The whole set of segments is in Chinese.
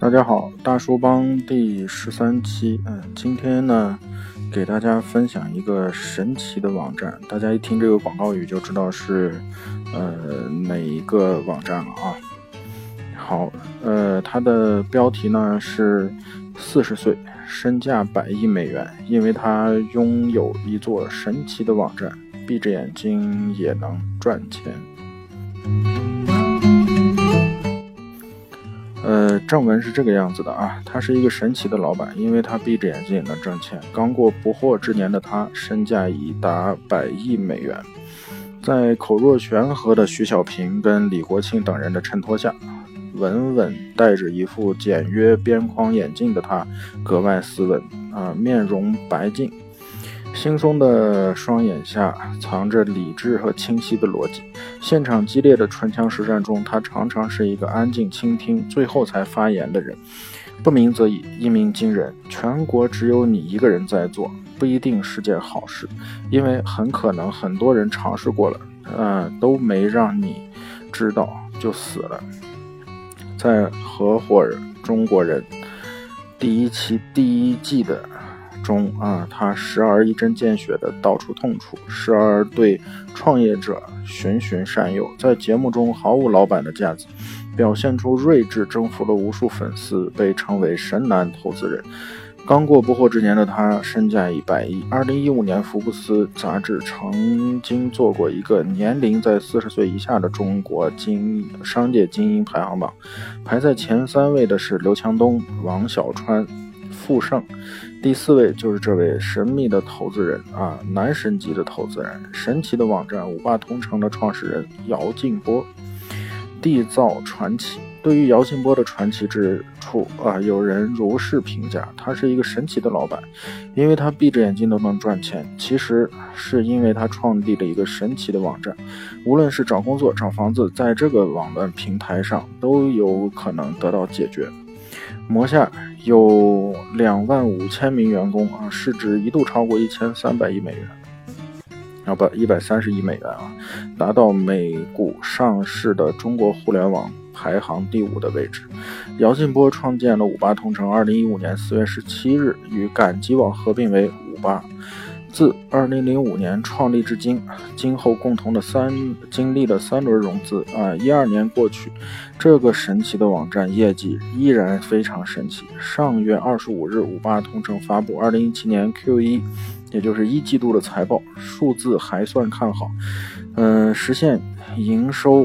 大家好，大叔帮第13期。今天呢，给大家分享一个神奇的网站。大家一听这个广告语就知道是哪一个网站了啊。好，它的标题呢是40岁身价100亿美元，因为他拥有一座神奇的网站，闭着眼睛也能赚钱。正文是这个样子的啊，他是一个神奇的老板，因为他闭着眼睛也能挣钱。刚过不惑之年的他，身价已达100亿美元。在口若悬河的徐小平跟李国庆等人的衬托下，稳稳戴着一副简约边框眼镜的他，格外斯文面容白净，惺忪的双眼下藏着理智和清晰的逻辑。现场激烈的唇枪实战中，他常常是一个安静倾听，最后才发言的人。不鸣则已，一鸣惊人。全国只有你一个人在做，不一定是件好事，因为很可能很多人尝试过了，都没让你知道就死了。在合伙人中国人第一期第一季的中他时而一针见血的道出痛处，时而对创业者循循善诱，在节目中毫无老板的架子，表现出睿智，征服了无数粉丝，被称为神男投资人。刚过不惑之年的他，身价已100亿。2015年福布斯杂志曾经做过一个年龄在40岁以下的中国商界精英排行榜，排在前3位的是刘强东、王小川、傅盛，第4位就是这位神秘的投资人男神级的投资人，神奇的网站58同城的创始人姚劲波。缔造传奇。对于姚劲波的传奇之处有人如是评价，他是一个神奇的老板，因为他闭着眼睛都能赚钱。其实是因为他创立了一个神奇的网站，无论是找工作、找房子，在这个网站平台上都有可能得到解决。摩下有25000名员工市值一度超过1300亿美元。130亿美元达到美股上市的中国互联网排行第5的位置。姚劲波创建了58同城，2015年4月17日与赶集网合并为58。自2005年创立至今，今后共同的经历了3轮融资12年过去，这个神奇的网站业绩依然非常神奇。上月25日58同城发布2017年 Q1， 也就是1季度的财报，数字还算看好，实现营收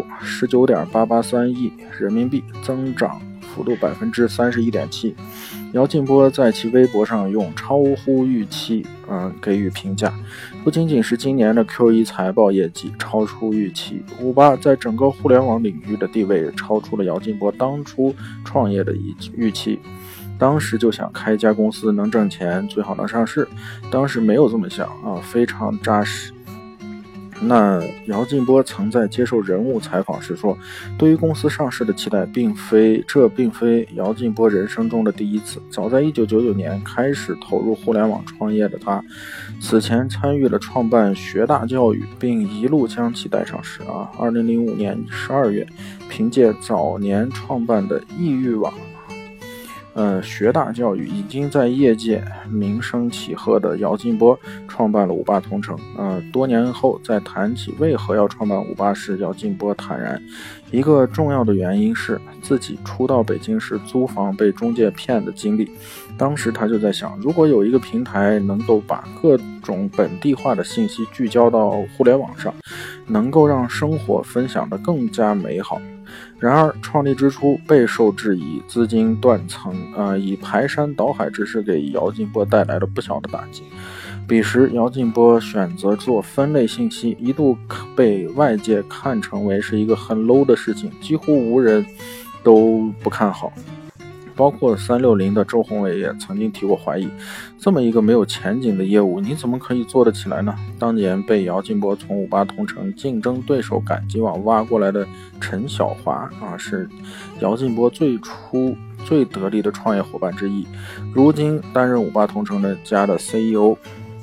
19.883 亿人民币，增长幅度 31.7%。姚劲波在其微博上用超乎预期给予评价，不仅仅是今年的 Q1 财报业绩超出预期，58在整个互联网领域的地位超出了姚劲波当初创业的预期。当时就想开一家公司能挣钱，最好能上市，当时没有这么想非常扎实。那姚劲波曾在接受人物采访时说，对于公司上市的期待并非姚劲波人生中的第一次。早在1999年开始投入互联网创业的他，此前参与了创办学大教育，并一路将其带上市2005年12月，凭借早年创办的易域网学大教育，已经在业界名声起赫的姚劲波创办了58同城。多年后在谈起为何要创办58时，姚劲波坦然，一个重要的原因是自己初到北京时租房被中介骗的经历。当时他就在想，如果有一个平台能够把各种本地化的信息聚焦到互联网上，能够让生活分享得更加美好。然而创立之初备受质疑，资金断层以排山倒海之势给姚劲波带来了不小的打击。彼时姚劲波选择做分类信息，一度被外界看成为是一个很 low 的事情，几乎无人都不看好。包括360的周鸿祎也曾经提过怀疑，这么一个没有前景的业务，你怎么可以做得起来呢？当年被姚劲波从58同城竞争对手赶集网挖过来的陈晓华是姚劲波最初最得力的创业伙伴之一，如今担任58同城的家的 CEO。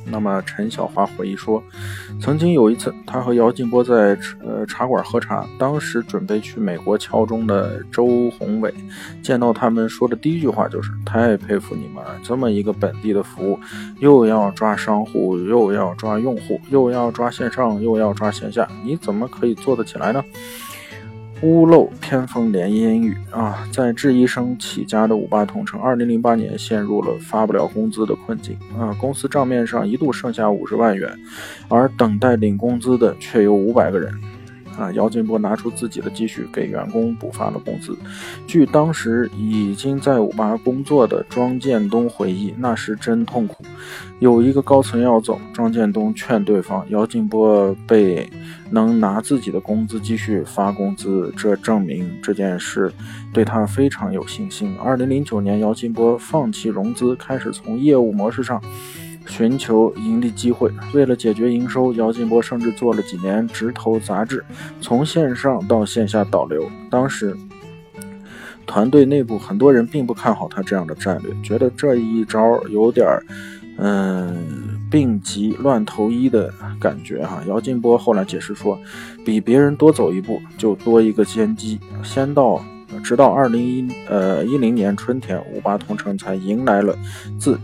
那么陈小华回忆说，曾经有一次他和姚劲波在茶馆喝茶，当时准备去美国敲钟的周宏伟见到他们说的第一句话就是，太佩服你们，这么一个本地的服务，又要抓商户，又要抓用户，又要抓线上，又要抓线下，你怎么可以做得起来呢？屋漏偏逢连阴雨啊！在质疑声起家的58同城，2008年陷入了发不了工资的困境啊！公司账面上一度剩下50万元，而等待领工资的却有500个人。姚劲波拿出自己的积蓄给员工补发了工资。据当时已经在58工作的庄建东回忆，那时真痛苦。有一个高层要走，庄建东劝对方，姚劲波被能拿自己的工资积蓄发工资，这证明这件事对他非常有信心。2009年，姚劲波放弃融资，开始从业务模式上寻求盈利机会。为了解决营收，姚劲波甚至做了几年直投杂志，从线上到线下导流。当时团队内部很多人并不看好他这样的战略，觉得这一招有点病急乱投医的感觉哈。姚劲波后来解释说，比别人多走一步就多一个先机，直到2010年春天，58同城才迎来了自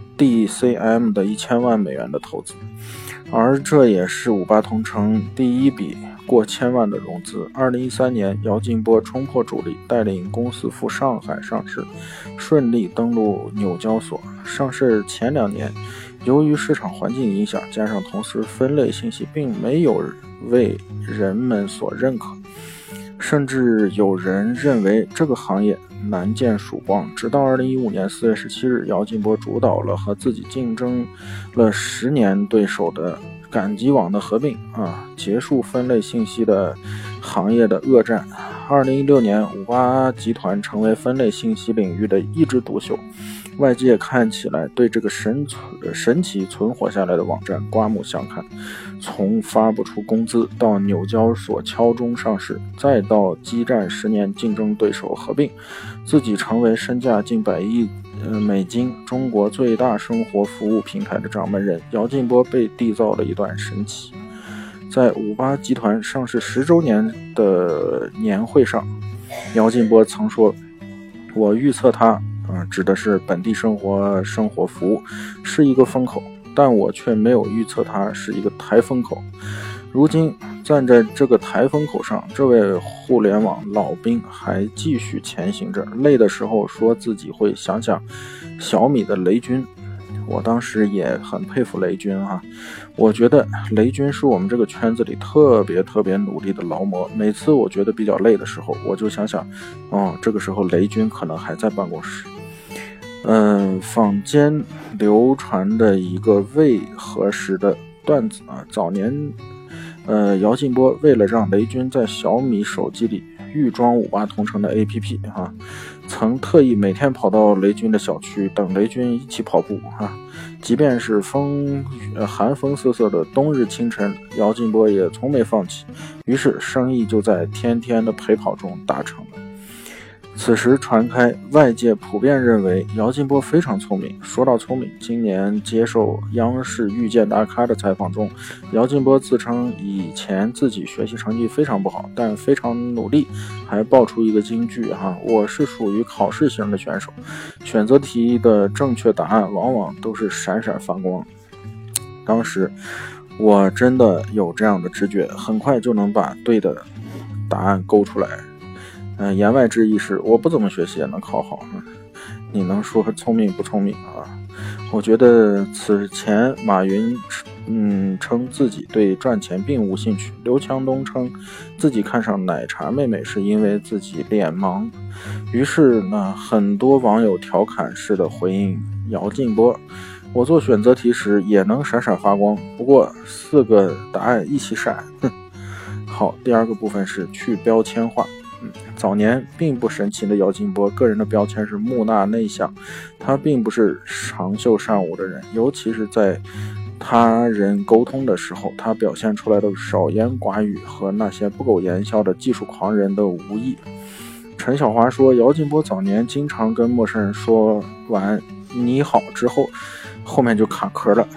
DCM 的1000万美元的投资，而这也是58同城第一笔过1000万的融资。2013年，姚劲波冲破主力，带领公司赴上海上市，顺利登陆纽交所。上市前2年，由于市场环境影响，加上同时分类信息并没有为人们所认可，甚至有人认为这个行业难见曙光。直到2015年4月17日，姚劲波主导了和自己竞争了10年对手的赶集网的合并结束分类信息的行业的恶战。2016年，58集团成为分类信息领域的一枝独秀，外界看起来对这个神奇存活下来的网站刮目相看。从发不出工资到纽交所敲钟上市，再到激战10年竞争对手合并，自己成为身价近100亿美金中国最大生活服务平台的掌门人，姚劲波被缔造了一段神奇。在58集团上市10周年的年会上，姚劲波曾说，我预测它指的是本地生活服务是一个风口，但我却没有预测它是一个台风口。如今站在这个台风口上，这位互联网老兵还继续前行着，累的时候说自己会想想小米的雷军。我当时也很佩服雷军我觉得雷军是我们这个圈子里特别努力的劳模。每次我觉得比较累的时候，我就想想这个时候雷军可能还在办公室。坊间流传的一个未核实的段子早年姚劲波为了让雷军在小米手机里预装58同城的 APP 曾特意每天跑到雷军的小区等雷军一起跑步即便是寒风瑟瑟的冬日清晨，姚劲波也从没放弃，于是生意就在天天的陪跑中达成了。此时传开，外界普遍认为姚劲波非常聪明。说到聪明，今年接受央视遇见大咖的采访中，姚劲波自称以前自己学习成绩非常不好，但非常努力，还爆出一个金句我是属于考试型的选手，选择题的正确答案往往都是闪闪发光。当时我真的有这样的直觉，很快就能把对的答案勾出来。言外之意是我不怎么学习也能考好，你能说聪明不聪明我觉得此前马云称自己对赚钱并无兴趣，刘强东称自己看上奶茶妹妹是因为自己脸盲。于是呢，很多网友调侃式的回应姚劲波，我做选择题时也能闪闪发光，不过4个答案一起闪。好，第二个部分是去标签化。早年并不神奇的姚劲波个人的标签是木讷内向，他并不是长袖善舞的人，尤其是在他人沟通的时候，他表现出来的少言寡语和那些不苟言笑的技术狂人的无异。陈小华说，姚劲波早年经常跟陌生人说完你好之后，后面就卡壳了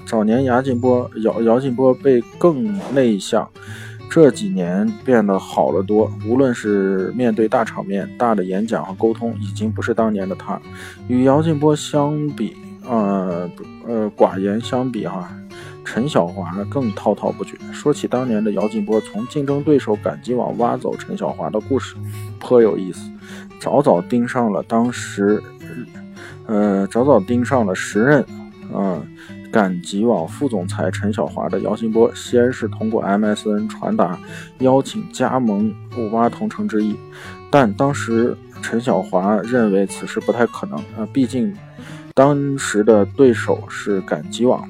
早年姚劲波被更内向，这几年变得好了多，无论是面对大场面、大的演讲和沟通，已经不是当年的他。与姚劲波相比，寡言相比陈小华更滔滔不绝。说起当年的姚劲波从竞争对手赶集网挖走陈小华的故事，颇有意思。早早盯上了时任赶集网副总裁陈小华的姚劲波，先是通过 MSN 传达邀请加盟58同城之意，但当时陈小华认为此事不太可能毕竟当时的对手是赶集网，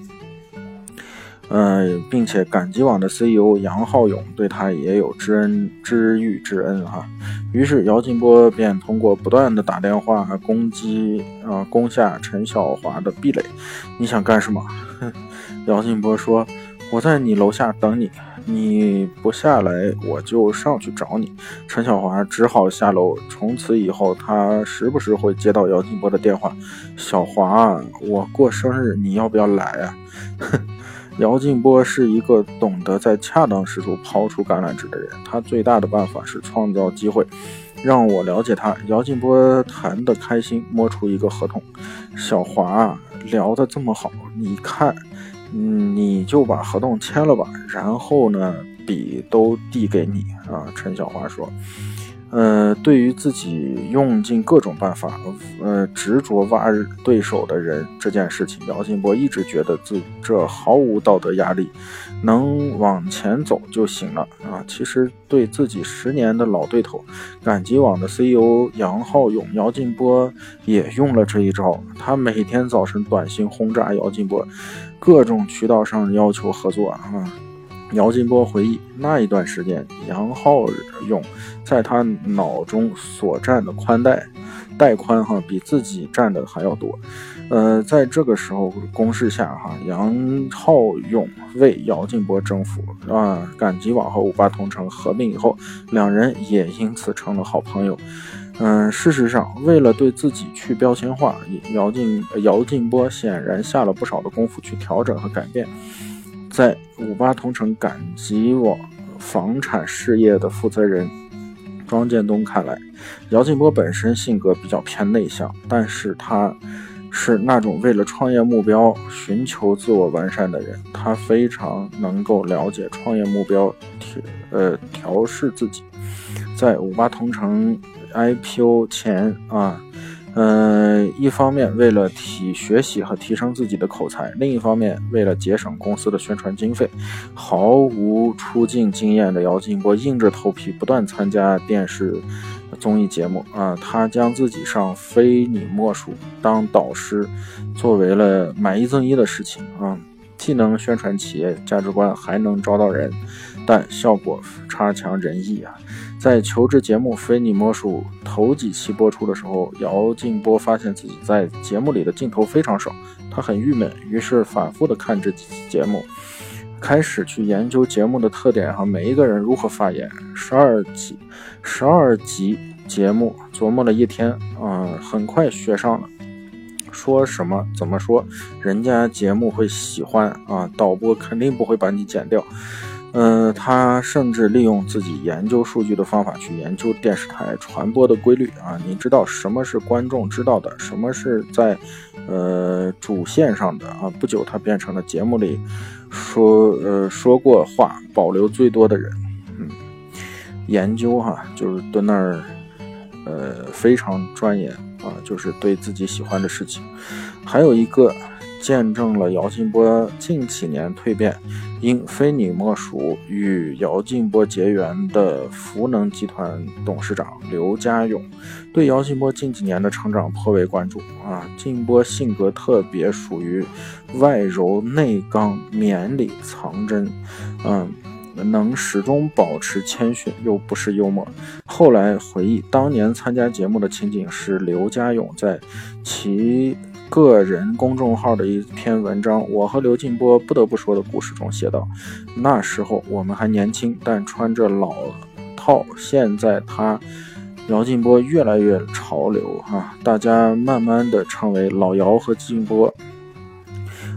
并且赶集网的 CEO 杨浩勇对他也有知遇之恩于是姚劲波便通过不断的打电话攻下陈小华的壁垒。你想干什么？姚劲波说，我在你楼下等你，你不下来我就上去找你。陈小华只好下楼。从此以后他时不时会接到姚劲波的电话，小华我过生日你要不要来啊？姚劲波是一个懂得在恰当时候抛出橄榄枝的人，他最大的办法是创造机会让我了解他。姚劲波谈得开心，摸出一个合同，小华聊得这么好，你看你就把合同签了吧，然后呢笔都递给你陈小华说。对于自己用尽各种办法执着挖对手的人这件事情，姚劲波一直觉得这毫无道德压力，能往前走就行了其实对自己10年的老对头赶集网的 CEO 杨浩勇，姚劲波也用了这一招。他每天早晨短信轰炸姚劲波，各种渠道上要求合作姚劲波回忆，那一段时间杨浩勇在他脑中所占的带宽比自己占的还要多。在这个时候攻势下杨浩勇为姚劲波征服赶集网和58同城合并以后，两人也因此成了好朋友。事实上为了对自己去标签化，姚劲波显然下了不少的功夫去调整和改变。在58同城赶集网房产事业的负责人庄建东看来，姚劲波本身性格比较偏内向，但是他是那种为了创业目标寻求自我完善的人，他非常能够了解创业目标调试自己。在58同城 IPO 前一方面为了学习和提升自己的口才，另一方面为了节省公司的宣传经费，毫无出镜经验的姚劲波硬着头皮不断参加电视综艺节目他将自己上非你莫属当导师作为了买一赠一的事情既能宣传企业价值观，还能招到人，但效果差强人意在求职节目《非你莫属》头几期播出的时候，姚劲波发现自己在节目里的镜头非常少，他很郁闷，于是反复的看这几期节目，开始去研究节目的特点和每一个人如何发言。12集节目琢磨了一天很快学上了，说什么怎么说人家节目会喜欢导播肯定不会把你剪掉。他甚至利用自己研究数据的方法去研究电视台传播的规律你知道什么是观众知道的，什么是在主线上的不久他变成了节目里说过话保留最多的人。研究就是蹲那儿非常钻研就是对自己喜欢的事情。还有一个见证了姚劲波近几年蜕变，因非你莫属与姚劲波结缘的福能集团董事长刘家勇，对姚劲波近几年的成长颇为关注劲波性格特别属于外柔内刚，绵里藏针能始终保持谦逊又不失幽默。后来回忆当年参加节目的情景是刘家勇在其个人公众号的一篇文章《我和刘劲波不得不说的故事》中写道，那时候我们还年轻，但穿着老套，现在姚劲波越来越潮流大家慢慢的称为老姚和劲波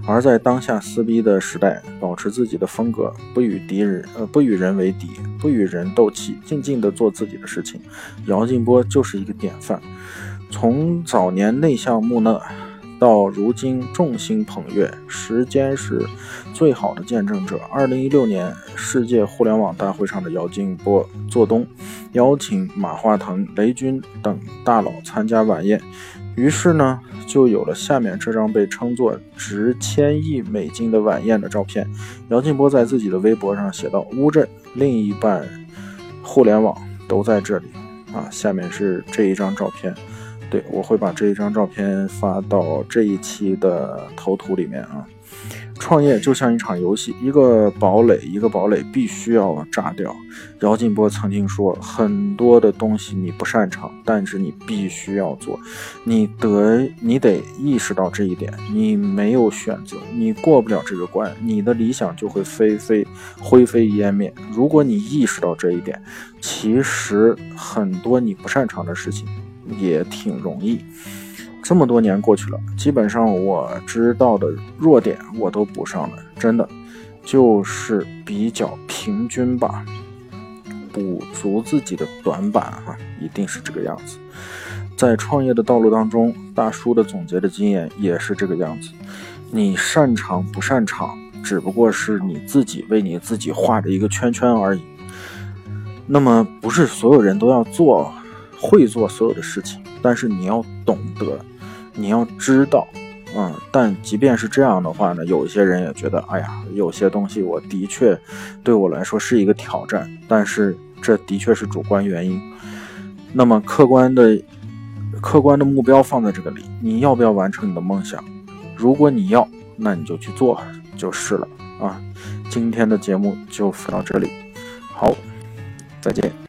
而在当下撕逼的时代，保持自己的风格，不与人为敌，不与人斗气，静静地做自己的事情，姚劲波就是一个典范。从早年内向木讷到如今众星捧月，时间是最好的见证者。2016年世界互联网大会上的姚劲波做东，邀请马化腾、雷军等大佬参加晚宴，于是呢就有了下面这张被称作值1000亿美金的晚宴的照片。姚劲波在自己的微博上写道：乌镇另一半互联网都在这里下面是这一张照片。对，我会把这一张照片发到这一期的头图里面创业就像一场游戏，一个堡垒必须要炸掉。姚劲波曾经说，很多的东西你不擅长，但是你必须要做，你得意识到这一点，你没有选择，你过不了这个关，你的理想就会灰飞烟灭。如果你意识到这一点，其实很多你不擅长的事情也挺容易。这么多年过去了，基本上我知道的弱点我都补上了，真的就是比较平均吧，补足自己的短板一定是这个样子。在创业的道路当中，大叔的总结的经验也是这个样子，你擅长不擅长只不过是你自己为你自己画的一个圈圈而已。那么不是所有人都要会做所有的事情，但是你要懂得，你要知道但即便是这样的话呢，有一些人也觉得有些东西我的确对我来说是一个挑战，但是这的确是主观原因。那么客观的目标放在这个里，你要不要完成你的梦想？如果你要，那你就去做就是了今天的节目就到这里，好，再见。